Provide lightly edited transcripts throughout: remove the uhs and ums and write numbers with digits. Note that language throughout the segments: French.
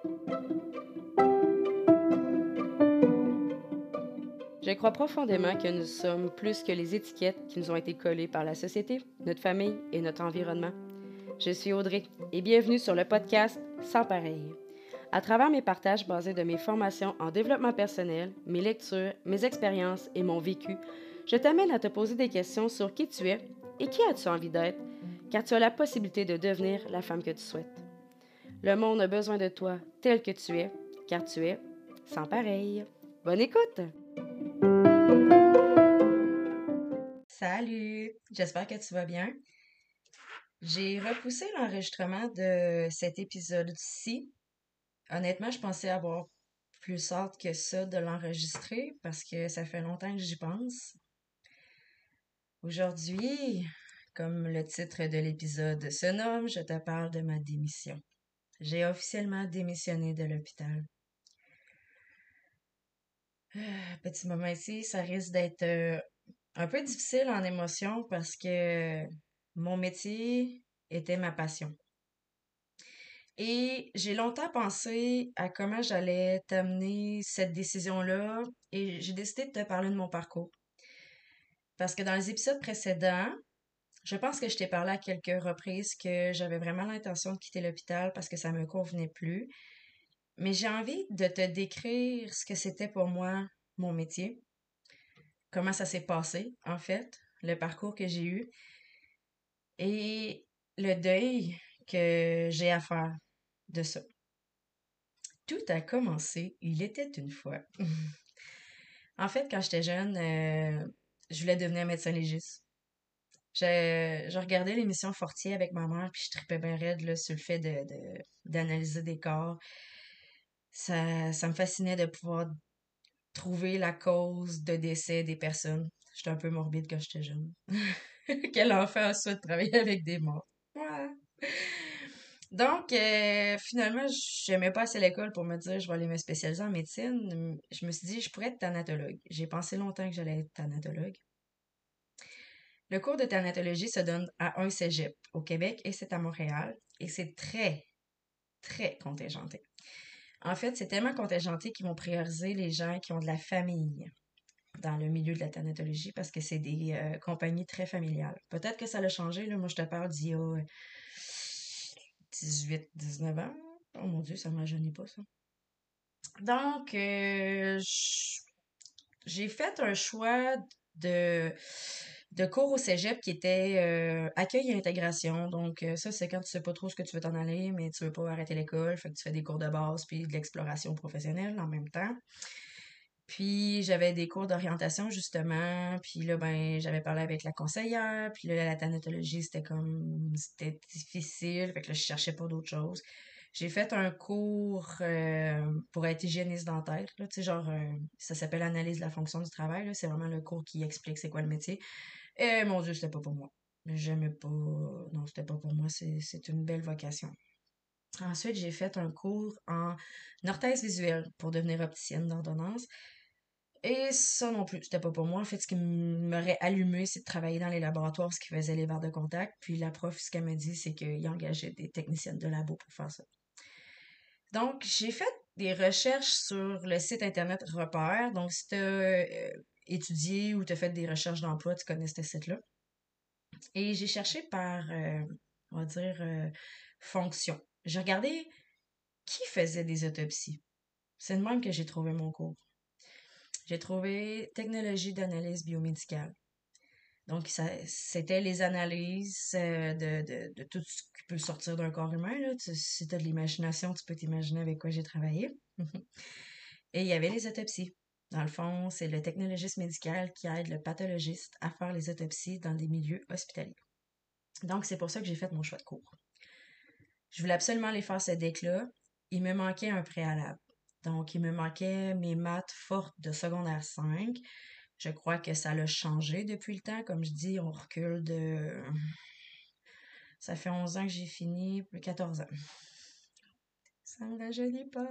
Je crois profondément que nous sommes plus que les étiquettes qui nous ont été collées par la société, notre famille et notre environnement. Je suis Audrey et bienvenue sur le podcast Sans pareil. À travers mes partages basés de mes formations en développement personnel, mes lectures, mes expériences et mon vécu, je t'amène à te poser des questions sur qui tu es et qui as-tu envie d'être, car tu as la possibilité de devenir la femme que tu souhaites. Le monde a besoin de toi tel que tu es, car tu es sans pareil. Bonne écoute! Salut! J'espère que tu vas bien. J'ai repoussé l'enregistrement de cet épisode-ci. Honnêtement, je pensais avoir plus hâte que ça de l'enregistrer parce que ça fait longtemps que j'y pense. Aujourd'hui, comme le titre de l'épisode se nomme, je te parle de ma démission. J'ai officiellement démissionné de l'hôpital. Petit moment ici, ça risque d'être un peu difficile en émotion parce que mon métier était ma passion. Et j'ai longtemps pensé à comment j'allais t'amener cette décision-là et j'ai décidé de te parler de mon parcours. Parce que dans les épisodes précédents, je pense que je t'ai parlé à quelques reprises que j'avais vraiment l'intention de quitter l'hôpital parce que ça me convenait plus. Mais j'ai envie de te décrire ce que c'était pour moi mon métier, comment ça s'est passé en fait, le parcours que j'ai eu et le deuil que j'ai à faire de ça. Tout a commencé, il était une fois. En fait, quand j'étais jeune, je voulais devenir médecin légiste. Je regardais l'émission Fortier avec ma mère, puis je tripais bien raide là, sur le fait d'analyser des corps. Ça me fascinait de pouvoir trouver la cause de décès des personnes. J'étais un peu morbide quand j'étais jeune. Quel enfant souhaite travailler avec des morts? Ouais. Donc, finalement, j'aimais pas assez l'école pour me dire je vais aller me spécialiser en médecine. Je me suis dit, je pourrais être thanatologue. J'ai pensé longtemps que j'allais être thanatologue. Le cours de thanatologie se donne à un cégep au Québec et c'est à Montréal. Et c'est très, très contingenté. En fait, c'est tellement contingenté qu'ils vont prioriser les gens qui ont de la famille dans le milieu de la thanatologie parce que c'est des compagnies très familiales. Peut-être que ça l'a changé, là. Moi, je te parle d'il y a 18, 19 ans. Oh mon Dieu, ça ne m'ajeunit pas, ça. Donc, j'ai fait un choix de, de cours au cégep qui était accueil et intégration. Donc, ça, c'est quand tu sais pas trop ce que tu veux t'en aller, mais tu veux pas arrêter l'école. Fait que tu fais des cours de base puis de l'exploration professionnelle en même temps. Puis j'avais des cours d'orientation justement, puis là ben j'avais parlé avec la conseillère, puis là la thanatologie c'était difficile, fait que là je cherchais pas d'autres choses. J'ai fait un cours pour être hygiéniste dentaire, là, tu sais genre ça s'appelle analyse de la fonction du travail, là, c'est vraiment le cours qui explique c'est quoi le métier. Et mon Dieu, c'était pas pour moi. J'aimais pas, non, c'était pas pour moi, c'est une belle vocation. Ensuite, j'ai fait un cours en orthèse visuelle pour devenir opticienne d'ordonnance. Et ça non plus, c'était pas pour moi. En fait, ce qui m'aurait allumé, c'est de travailler dans les laboratoires, ce qui faisait les verres de contact. Puis la prof, ce qu'elle m'a dit, c'est qu'il engageait des techniciennes de labo pour faire ça. Donc, j'ai fait des recherches sur le site internet Repère. Donc, si tu as étudié ou tu as fait des recherches d'emploi, tu connais ce site-là. Et j'ai cherché par, on va dire, fonction. J'ai regardé qui faisait des autopsies. C'est de même que j'ai trouvé mon cours. J'ai trouvé technologie d'analyse biomédicale. Donc, c'était les analyses de tout ce qui peut sortir d'un corps humain. Là. Si tu as de l'imagination, tu peux t'imaginer avec quoi j'ai travaillé. Et il y avait les autopsies. Dans le fond, c'est le technologiste médical qui aide le pathologiste à faire les autopsies dans des milieux hospitaliers. Donc, c'est pour ça que j'ai fait mon choix de cours. Je voulais absolument les faire ce deck-là. Il me manquait un préalable. Donc, il me manquait mes maths fortes de secondaire 5. Je crois que ça l'a changé depuis le temps. Comme je dis, on recule de... Ça fait 11 ans que j'ai fini, plus 14 ans. Ça me rajeunit pas.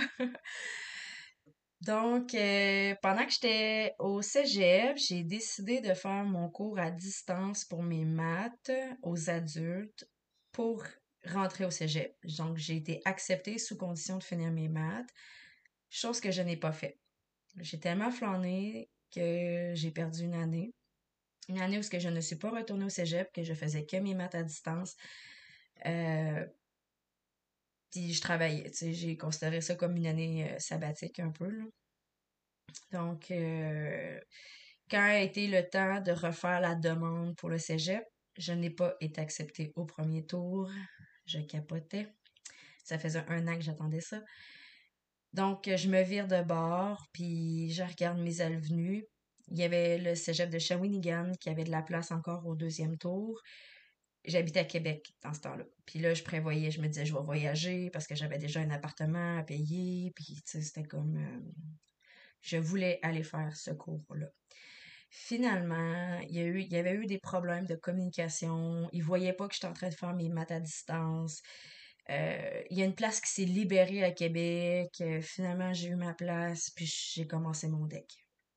Donc, pendant que j'étais au cégep, j'ai décidé de faire mon cours à distance pour mes maths aux adultes pour rentrer au cégep. Donc, j'ai été acceptée sous condition de finir mes maths, chose que je n'ai pas fait. J'ai tellement flâné que j'ai perdu une année. Une année où ce que je ne suis pas retournée au cégep, que je faisais que mes maths à distance. Euh, Puis je travaillais, tu sais, j'ai considéré ça comme une année sabbatique un peu, là. Donc, quand a été le temps de refaire la demande pour le cégep, je n'ai pas été acceptée au premier tour. Je capotais. Ça faisait un an que j'attendais ça. Donc, je me vire de bord, puis je regarde mes avenues. Il y avait le cégep de Shawinigan qui avait de la place encore au deuxième tour. J'habitais à Québec dans ce temps-là. Puis là, je prévoyais, je me disais, je vais voyager parce que j'avais déjà un appartement à payer. Puis, tu sais, c'était comme... je voulais aller faire ce cours-là. Finalement, il y avait eu des problèmes de communication. Ils voyaient pas que j'étais en train de faire mes maths à distance. Il y a une place qui s'est libérée à Québec. Finalement, j'ai eu ma place, puis j'ai commencé mon deck.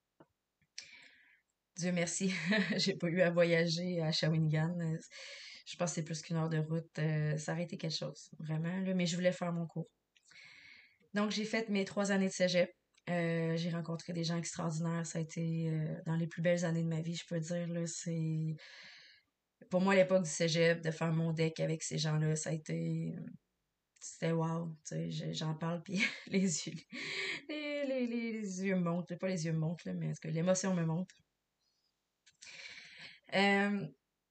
Dieu merci, j'ai pas eu à voyager à Shawinigan. Je pense que c'est plus qu'une heure de route. Ça aurait été quelque chose, vraiment, là, mais je voulais faire mon cours. Donc, j'ai fait mes 3 années de cégep. J'ai rencontré des gens extraordinaires. Ça a été dans les plus belles années de ma vie, je peux dire. Là, c'est... Pour moi, à l'époque du cégep, de faire mon deck avec ces gens-là, ça a été... C'était wow. Tu sais, j'en parle, puis les yeux... les yeux me montent. Pas les yeux me montent, là, mais est-ce que l'émotion me monte? Euh,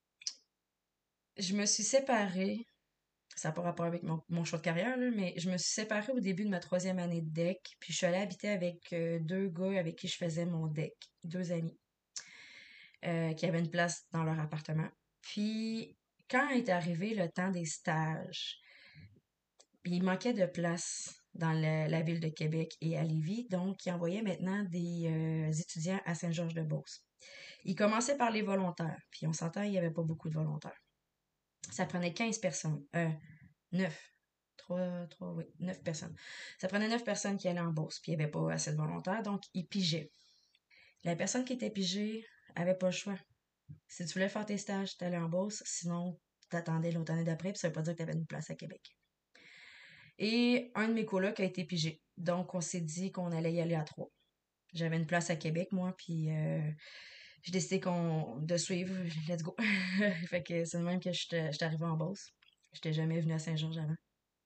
je me suis séparée. Ça n'a pas rapport avec mon choix de carrière, là, mais je me suis séparée au début de ma 3e année de deck, puis je suis allée habiter avec 2 gars avec qui je faisais mon deck, 2 amis, qui avaient une place dans leur appartement. Puis, quand est arrivé le temps des stages, il manquait de place dans la ville de Québec et à Lévis, donc ils envoyaient maintenant des étudiants à Saint-Georges-de-Beauce. Ils commençaient par les volontaires, puis on s'entend, il n'y avait pas beaucoup de volontaires. Ça prenait 15 personnes. 9. 3, oui, 9 personnes. Ça prenait 9 personnes qui allaient en Beauce, puis il n'y avait pas assez de volontaires, donc ils pigeaient. La personne qui était pigée avait pas le choix. Si tu voulais faire tes stages, tu allais en Beauce, sinon t'attendais l'autre année d'après, puis ça veut pas dire que tu avais une place à Québec. Et un de mes colocs a été pigé. Donc on s'est dit qu'on allait y aller à 3. J'avais une place à Québec, moi, puis j'ai décidé de suivre. Let's go. Fait que c'est le même que j'étais arrivée en Beauce. J'étais jamais venue à Saint-Georges avant.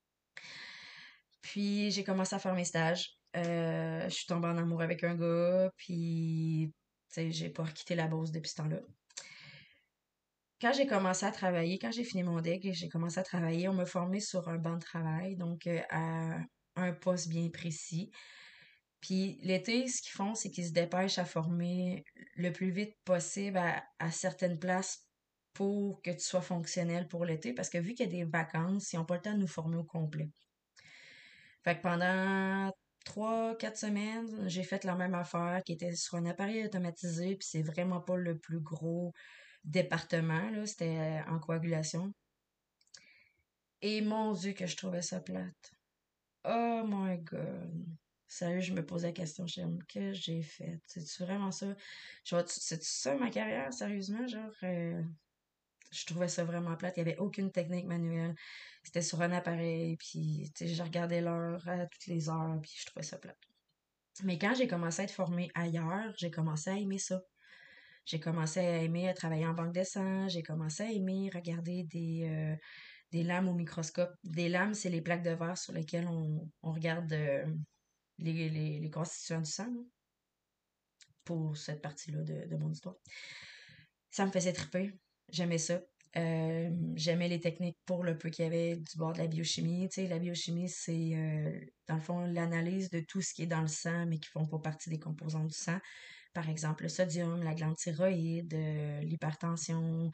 Puis j'ai commencé à faire mes stages. Je suis tombée en amour avec un gars, puis tu sais, j'ai pas quitté la Beauce depuis ce temps-là. Quand j'ai commencé à travailler, quand j'ai fini mon deck et j'ai commencé à travailler, on m'a formé sur un banc de travail, donc à un poste bien précis. Puis l'été, ce qu'ils font, c'est qu'ils se dépêchent à former le plus vite possible à certaines places pour que tu sois fonctionnel pour l'été, parce que vu qu'il y a des vacances, ils n'ont pas le temps de nous former au complet. Fait que pendant 3, 4 semaines, j'ai fait la même affaire qui était sur un appareil automatisé, puis c'est vraiment pas le plus gros département, là, c'était en coagulation. Et mon Dieu que je trouvais ça plate. Oh my God. Sérieux, je me posais la question, je me que j'ai fait? C'est-tu vraiment ça? C'est-tu ça ma carrière, sérieusement? Genre, je trouvais ça vraiment plate. Il n'y avait aucune technique manuelle. C'était sur un appareil, puis tu sais, je regardais l'heure à toutes les heures, puis je trouvais ça plate. Mais quand j'ai commencé à être formée ailleurs, j'ai commencé à aimer ça. J'ai commencé à aimer travailler en banque de sang, j'ai commencé à aimer regarder des lames au microscope. Des lames, c'est les plaques de verre sur lesquelles on regarde les constituants du sang, là, pour cette partie-là de mon histoire. Ça me faisait triper. J'aimais ça. J'aimais les techniques pour le peu qu'il y avait du bord de la biochimie. Tu sais, la biochimie, c'est dans le fond l'analyse de tout ce qui est dans le sang, mais qui font pas partie des composants du sang. Par exemple, le sodium, la glande thyroïde, l'hypertension,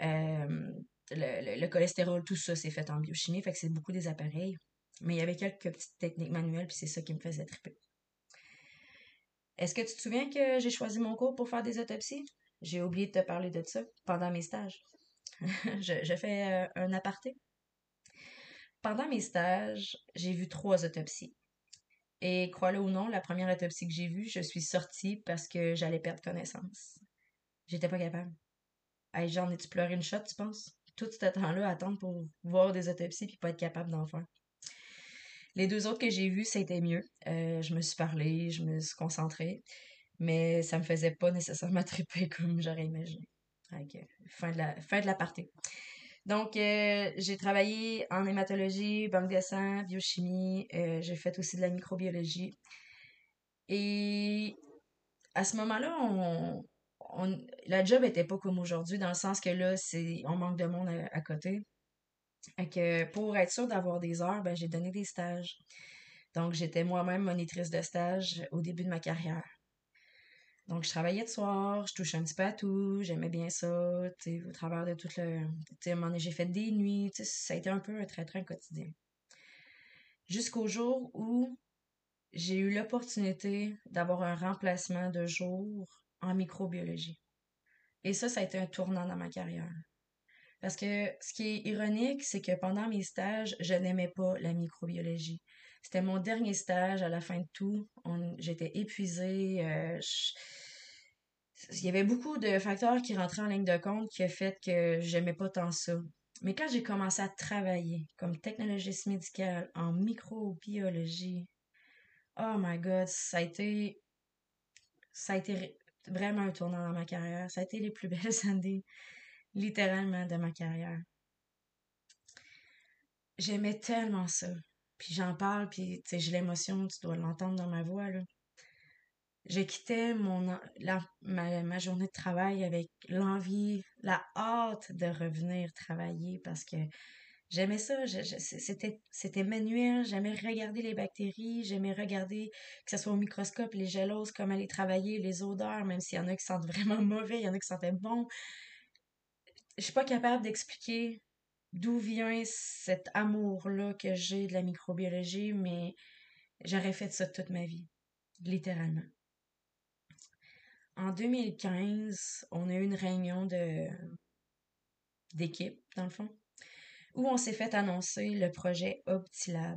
le cholestérol, tout ça, c'est fait en biochimie. Fait que c'est beaucoup des appareils. Mais il y avait quelques petites techniques manuelles, puis c'est ça qui me faisait triper. Est-ce que tu te souviens que j'ai choisi mon cours pour faire des autopsies? J'ai oublié de te parler de ça pendant mes stages. Je fais un aparté. Pendant mes stages, j'ai vu 3 autopsies. Et crois-le ou non, la première autopsie que j'ai vue, je suis sortie parce que j'allais perdre connaissance. J'étais pas capable. Hey, j'en ai-tu pleuré une shot, tu penses? tout ce temps-là à attendre pour voir des autopsies puis pas être capable d'en faire. Les deux autres que j'ai vus, c'était mieux. Je me suis parlé, je me suis concentrée, mais ça me faisait pas nécessairement triper comme j'aurais imaginé. Fait que, fin de la partie. Donc, j'ai travaillé en hématologie, banque de sang, biochimie. J'ai fait aussi de la microbiologie. Et à ce moment-là, la job était pas comme aujourd'hui, dans le sens que là, on manque de monde à côté. Fait que pour être sûre d'avoir des heures, ben, j'ai donné des stages. Donc, j'étais moi-même monitrice de stage au début de ma carrière. Donc, je travaillais de soir, je touchais un petit peu à tout, j'aimais bien ça, tu sais, au travers de tout le... Tu sais, à un moment donné, j'ai fait des nuits, tu sais, ça a été un peu un train-train quotidien. Jusqu'au jour où j'ai eu l'opportunité d'avoir un remplacement de jour en microbiologie. Et ça a été un tournant dans ma carrière. Parce que ce qui est ironique, c'est que pendant mes stages, je n'aimais pas la microbiologie. C'était mon dernier stage à la fin de tout. J'étais épuisée. Il y avait beaucoup de facteurs qui rentraient en ligne de compte qui a fait que j'aimais pas tant ça. Mais quand j'ai commencé à travailler comme technologiste médicale en microbiologie, oh my God, ça a été vraiment un tournant dans ma carrière. Ça a été les plus belles années, littéralement, de ma carrière. J'aimais tellement ça. Puis j'en parle, puis tu sais, j'ai l'émotion, tu dois l'entendre dans ma voix, là. Je quittais ma journée de travail avec l'envie, la hâte de revenir travailler parce que j'aimais ça. C'était manuel, j'aimais regarder les bactéries, j'aimais regarder que ce soit au microscope, les géloses, comment les travailler, les odeurs, même s'il y en a qui sentent vraiment mauvais, il y en a qui sentaient bon. Je suis pas capable d'expliquer d'où vient cet amour-là que j'ai de la microbiologie, mais j'aurais fait ça toute ma vie, littéralement. En 2015, on a eu une réunion d'équipe, dans le fond, où on s'est fait annoncer le projet Optilab.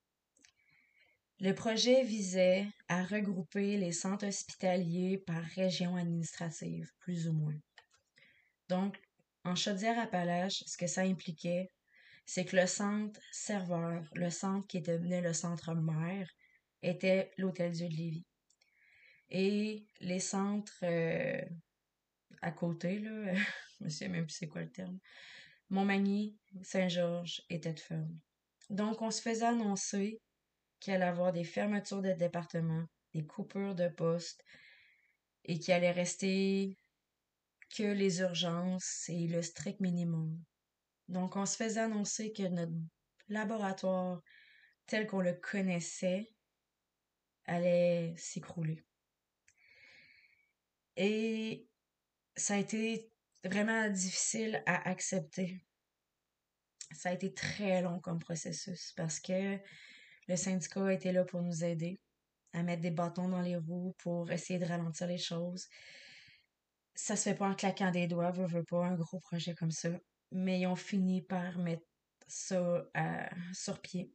Le projet visait à regrouper les centres hospitaliers par région administrative, plus ou moins. Donc, en Chaudière-Appalaches, ce que ça impliquait, c'est que le centre serveur, le centre qui devenait le centre mère, était l'Hôtel-Dieu de Lévis. Et les centres à côté, là, je ne sais même plus c'est quoi le terme, Montmagny, Saint-Georges et Thetford. Donc, on se faisait annoncer qu'il allait y avoir des fermetures de départements, des coupures de postes, et qu'il allait rester que les urgences et le strict minimum. Donc, on se faisait annoncer que notre laboratoire, tel qu'on le connaissait, allait s'écrouler. Et ça a été vraiment difficile à accepter. Ça a été très long comme processus parce que le syndicat a été là pour nous aider à mettre des bâtons dans les roues pour essayer de ralentir les choses. Ça se fait pas en claquant des doigts, veut pas un gros projet comme ça. Mais ils ont fini par mettre ça sur pied.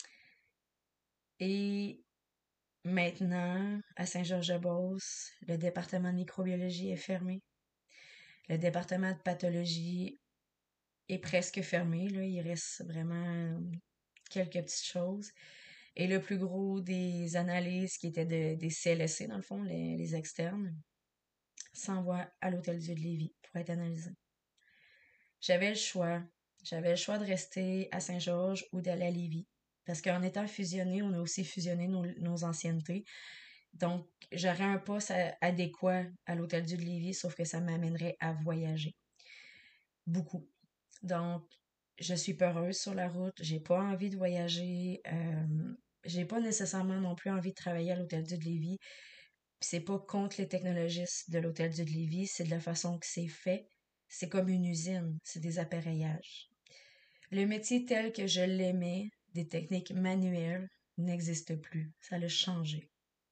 Et maintenant, à Saint-Georges-de-Beauce, le département de microbiologie est fermé. Le département de pathologie est presque fermé. Là. Il reste vraiment quelques petites choses. Et le plus gros des analyses qui étaient des CLSC, dans le fond, les externes, s'envoie à l'Hôtel-Dieu de Lévis pour être analysé. J'avais le choix. J'avais le choix de rester à Saint-Georges ou d'aller à Lévis. Parce qu'en étant fusionné, on a aussi fusionné nos anciennetés. Donc, j'aurais un poste adéquat à l'Hôtel-Dieu de Lévis, sauf que ça m'amènerait à voyager. Beaucoup. Donc, je suis peureuse sur la route. J'ai pas envie de voyager. J'ai pas nécessairement non plus envie de travailler à l'Hôtel-Dieu de Lévis. Puis c'est pas contre les technologistes de l'Hôtel-Dieu de Lévis, c'est de la façon que c'est fait. C'est comme une usine, c'est des appareillages. Le métier tel que je l'aimais, des techniques manuelles, n'existe plus. Ça a changé.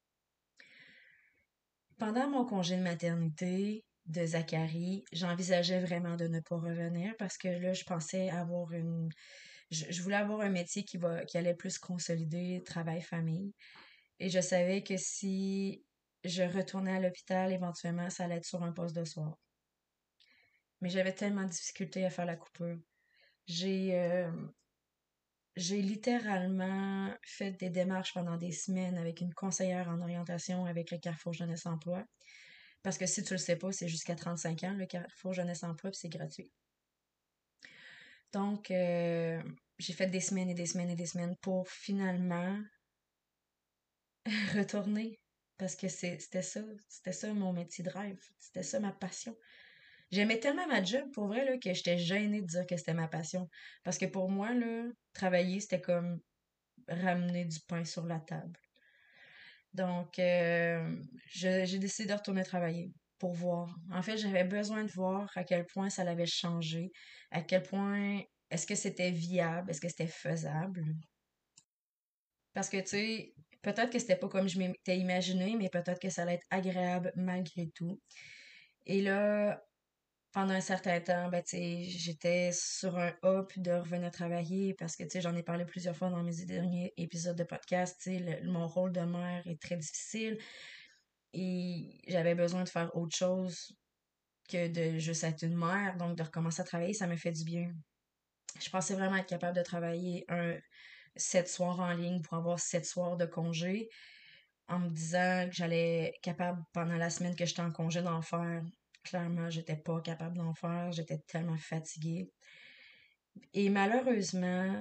Pendant mon congé de maternité de Zachary, j'envisageais vraiment de ne pas revenir parce que là, je pensais avoir je voulais avoir un métier qui allait plus consolider travail-famille. Et je savais que si je retournais à l'hôpital, éventuellement, ça allait être sur un poste de soir. mais j'avais tellement de difficulté à faire la coupure. J'ai euh, j'ai littéralement fait des démarches pendant des semaines avec une conseillère en orientation avec le Carrefour Jeunesse Emploi. Parce que si tu le sais pas, c'est jusqu'à 35 ans, le Carrefour Jeunesse Emploi, puis c'est gratuit. Donc, j'ai fait des semaines et des semaines et des semaines pour finalement retourner. Parce que c'était ça mon métier de rêve, c'était ça ma passion. J'aimais tellement ma job, pour vrai, là, que j'étais gênée de dire que c'était ma passion. Parce que pour moi, là, travailler, c'était comme ramener du pain sur la table. Donc, j'ai décidé de retourner travailler pour voir. En fait, j'avais besoin de voir à quel point ça l'avait changé, à quel point est-ce que c'était viable, est-ce que c'était faisable. Parce que, tu sais, peut-être que c'était pas comme je m'étais imaginé, mais peut-être que ça allait être agréable malgré tout. Et là, pendant un certain temps, ben, tu sais, j'étais sur un hop de revenir travailler parce que, tu sais, j'en ai parlé plusieurs fois dans mes derniers épisodes de podcast, tu sais, mon rôle de mère est très difficile et j'avais besoin de faire autre chose que de juste être une mère, donc de recommencer à travailler, ça me fait du bien. Je pensais vraiment être capable de travailler 7 soirs en ligne pour avoir 7 soirs de congé en me disant que j'allais être capable pendant la semaine que j'étais en congé d'en faire. Clairement, j'étais pas capable d'en faire, j'étais tellement fatiguée. Et malheureusement,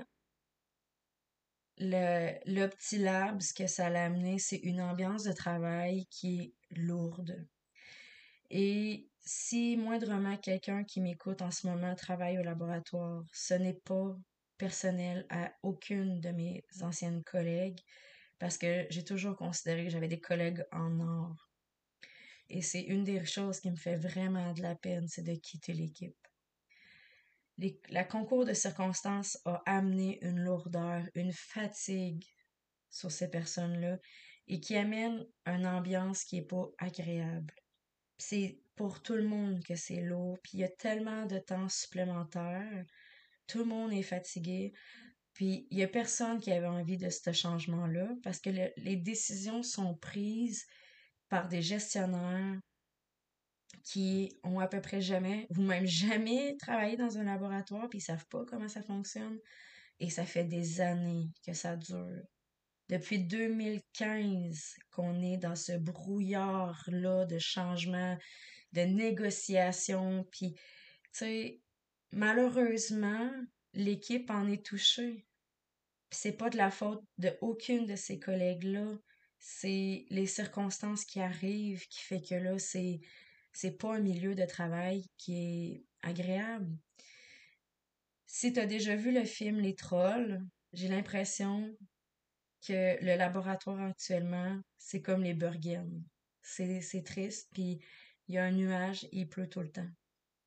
l'Optilab, ce que ça l'a amené, c'est une ambiance de travail qui est lourde. Et si moindrement quelqu'un qui m'écoute en ce moment travaille au laboratoire, ce n'est pas personnel à aucune de mes anciennes collègues, parce que j'ai toujours considéré que j'avais des collègues en or. Et c'est une des choses qui me fait vraiment de la peine, c'est de quitter l'équipe. La concours de circonstances a amené une lourdeur, une fatigue sur ces personnes-là et qui amène une ambiance qui est pas agréable. C'est pour tout le monde que c'est lourd, puis il y a tellement de temps supplémentaire, tout le monde est fatigué, puis il y a personne qui avait envie de ce changement-là parce que les décisions sont prises par des gestionnaires qui ont à peu près jamais, ou même jamais travaillé dans un laboratoire, puis ils savent pas comment ça fonctionne. Et ça fait des années que ça dure. Depuis 2015 qu'on est dans ce brouillard-là de changement, de négociation, puis, tu sais, malheureusement, l'équipe en est touchée. Puis c'est pas de la faute de aucune de ces collègues-là. C'est les circonstances qui arrivent qui fait que là, c'est pas un milieu de travail qui est agréable. Si tu as déjà vu le film Les Trolls, j'ai l'impression que le laboratoire actuellement, c'est comme les Burgen. C'est triste, puis il y a un nuage et il pleut tout le temps.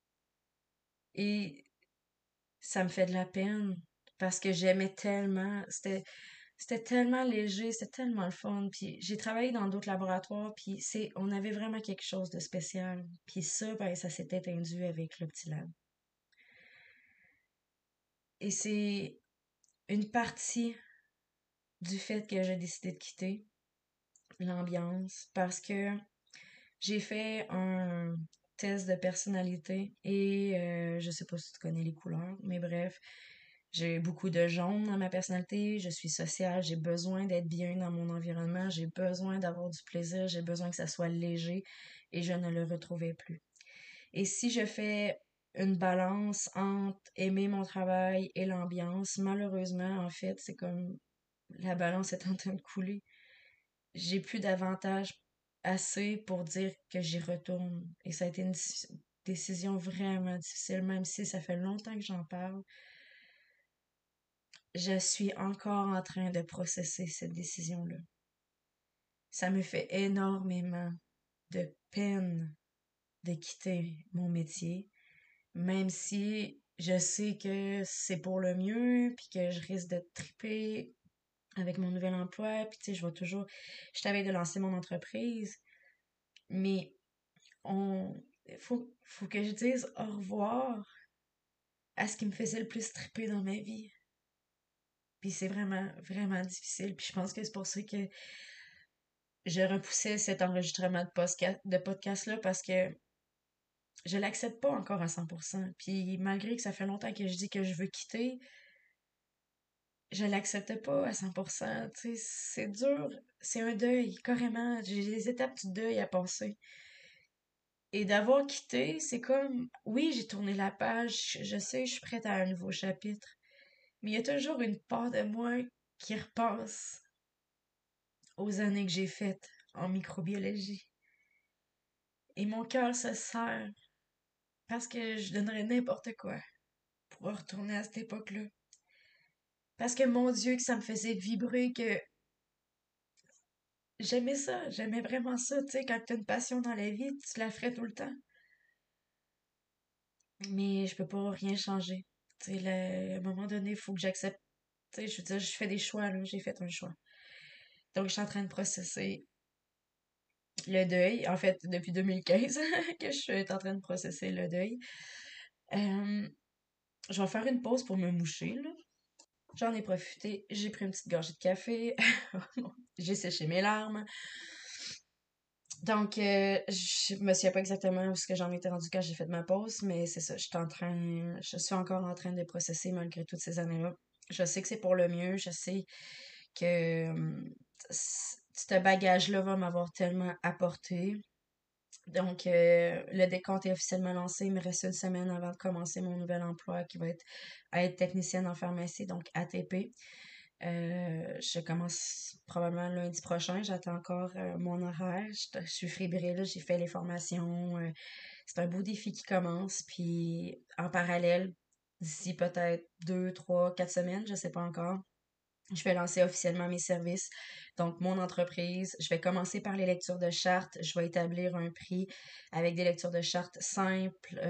Et ça me fait de la peine parce que j'aimais tellement, c'était tellement léger, c'était tellement le fun. Puis j'ai travaillé dans d'autres laboratoires, puis on avait vraiment quelque chose de spécial. Puis ça, ben, ça s'est éteint avec le petit lab. Et c'est une partie du fait que j'ai décidé de quitter l'ambiance parce que j'ai fait un test de personnalité et je sais pas si tu connais les couleurs, mais bref, j'ai beaucoup de jaune dans ma personnalité, je suis sociale, j'ai besoin d'être bien dans mon environnement, j'ai besoin d'avoir du plaisir, j'ai besoin que ça soit léger et je ne le retrouvais plus. Et si je fais une balance entre aimer mon travail et l'ambiance, malheureusement, en fait, c'est comme la balance est en train de couler. J'ai plus d'avantages assez pour dire que j'y retourne. Et ça a été une décision vraiment difficile, même si ça fait longtemps que j'en parle. Je suis encore en train de processer cette décision-là. Ça me fait énormément de peine de quitter mon métier, même si je sais que c'est pour le mieux, puis que je risque de triper avec mon nouvel emploi, puis tu sais, je t'avais de lancer mon entreprise, mais on, faut que je dise au revoir à ce qui me faisait le plus triper dans ma vie. Puis c'est vraiment, vraiment difficile. Puis je pense que c'est pour ça que je repoussais cet enregistrement de podcast-là parce que je l'accepte pas encore à 100%. Puis malgré que ça fait longtemps que je dis que je veux quitter, je l'accepte pas à 100%. Tu sais, c'est dur, c'est un deuil, carrément. J'ai les étapes du deuil à passer. Et d'avoir quitté, c'est comme, oui, j'ai tourné la page, je sais, je suis prête à un nouveau chapitre, mais il y a toujours une part de moi qui repense aux années que j'ai faites en microbiologie. Et mon cœur se serre parce que je donnerais n'importe quoi pour retourner à cette époque-là. Parce que mon Dieu, que ça me faisait vibrer, que j'aimais ça, j'aimais vraiment ça, tu sais, quand t'as une passion dans la vie, tu la ferais tout le temps. Mais je peux pas rien changer. Tu sais, à un moment donné, il faut que j'accepte. Tu sais, je veux dire, je fais des choix, là, j'ai fait un choix. Donc, je suis en train de processer le deuil. En fait, depuis 2015 que je suis en train de processer le deuil. Euh, je vais faire une pause pour me moucher, là. J'en ai profité, j'ai pris une petite gorgée de café, j'ai séché mes larmes. Donc, je me souviens pas exactement où ce que j'en étais rendu quand j'ai fait ma pause, mais c'est ça, je suis encore en train de processer malgré toutes ces années-là. Je sais que c'est pour le mieux, je sais que ce bagage-là va m'avoir tellement apporté. Donc, le décompte est officiellement lancé. Il me reste une semaine avant de commencer mon nouvel emploi qui va être à être technicienne en pharmacie, donc ATP. Je commence probablement lundi prochain. J'attends encore mon horaire. Je suis fébrile, j'ai fait les formations. C'est un beau défi qui commence. Puis en parallèle, d'ici peut-être 2, 3, 4 semaines, je sais pas encore, je vais lancer officiellement mes services. Donc, mon entreprise, je vais commencer par les lectures de chartes. Je vais établir un prix avec des lectures de chartes simples,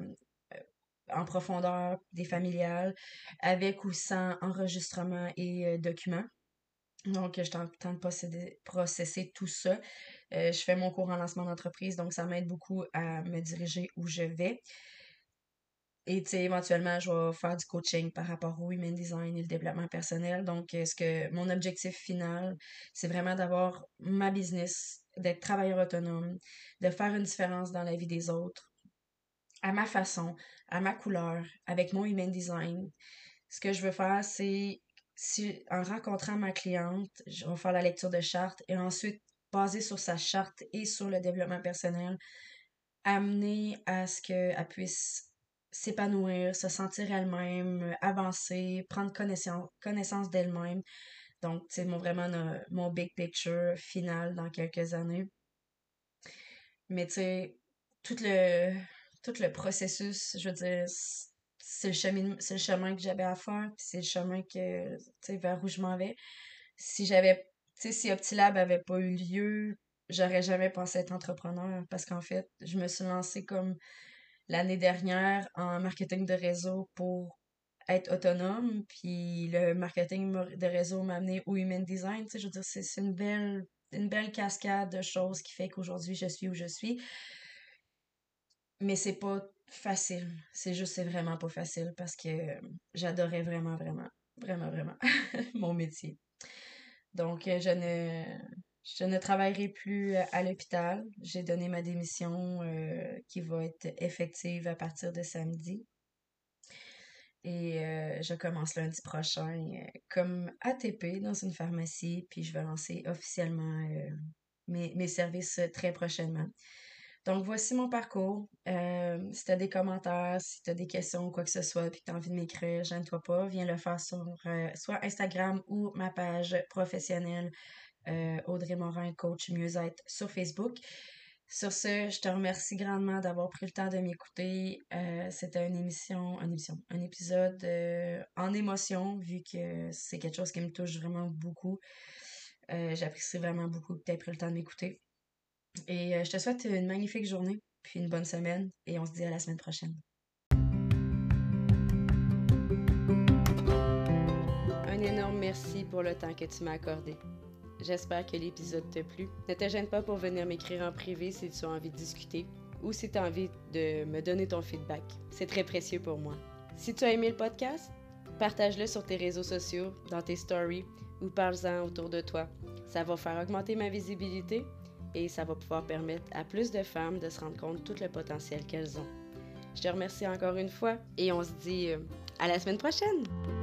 en profondeur, des familiales, avec ou sans enregistrement et documents. Donc, je suis en train de processer tout ça. Je fais mon cours en lancement d'entreprise, donc ça m'aide beaucoup à me diriger où je vais. Et tu sais, éventuellement, je vais faire du coaching par rapport au human design et le développement personnel. Donc, mon objectif final, c'est vraiment d'avoir ma business, d'être travailleur autonome, de faire une différence dans la vie des autres, à ma façon, à ma couleur, avec mon human design. Ce que je veux faire, c'est, si, en rencontrant ma cliente, je vais faire la lecture de charte et ensuite, basé sur sa charte et sur le développement personnel, amener à ce qu'elle puisse s'épanouir, se sentir elle-même, avancer, prendre connaissance d'elle-même. Donc, c'est vraiment mon big picture final dans quelques années. Mais tu sais, tout le, tout le processus, je veux dire, c'est le chemin que j'avais à faire, puis c'est le chemin que, tu sais, vers où je m'en vais. Si j'avais, tu sais, si OptiLab avait pas eu lieu, j'aurais jamais pensé être entrepreneur parce qu'en fait, je me suis lancée comme l'année dernière en marketing de réseau pour être autonome, puis le marketing de réseau m'a amené au human design, tu sais, je veux dire, c'est une belle cascade de choses qui fait qu'aujourd'hui, je suis où je suis, mais c'est pas facile. C'est vraiment pas facile parce que j'adorais vraiment, vraiment, vraiment, vraiment mon métier. Donc, je ne travaillerai plus à l'hôpital. J'ai donné ma démission qui va être effective à partir de samedi. Et je commence lundi prochain comme ATP dans une pharmacie, puis je vais lancer officiellement mes services très prochainement. Donc, voici mon parcours. Si tu as des commentaires, si tu as des questions ou quoi que ce soit, puis que tu as envie de m'écrire, gêne-toi pas, viens le faire sur soit Instagram ou ma page professionnelle Audrey Morin, coach mieux-être sur Facebook. Sur ce, je te remercie grandement d'avoir pris le temps de m'écouter. C'était un épisode en émotion, vu que c'est quelque chose qui me touche vraiment beaucoup. J'apprécie vraiment beaucoup que tu aies pris le temps de m'écouter. Et je te souhaite une magnifique journée, puis une bonne semaine, et on se dit à la semaine prochaine. Un énorme merci pour le temps que tu m'as accordé. J'espère que l'épisode t'a plu. Ne te gêne pas pour venir m'écrire en privé si tu as envie de discuter ou si tu as envie de me donner ton feedback. C'est très précieux pour moi. Si tu as aimé le podcast, partage-le sur tes réseaux sociaux, dans tes stories ou parle-en autour de toi. Ça va faire augmenter ma visibilité et ça va pouvoir permettre à plus de femmes de se rendre compte de tout le potentiel qu'elles ont. Je te remercie encore une fois et on se dit à la semaine prochaine!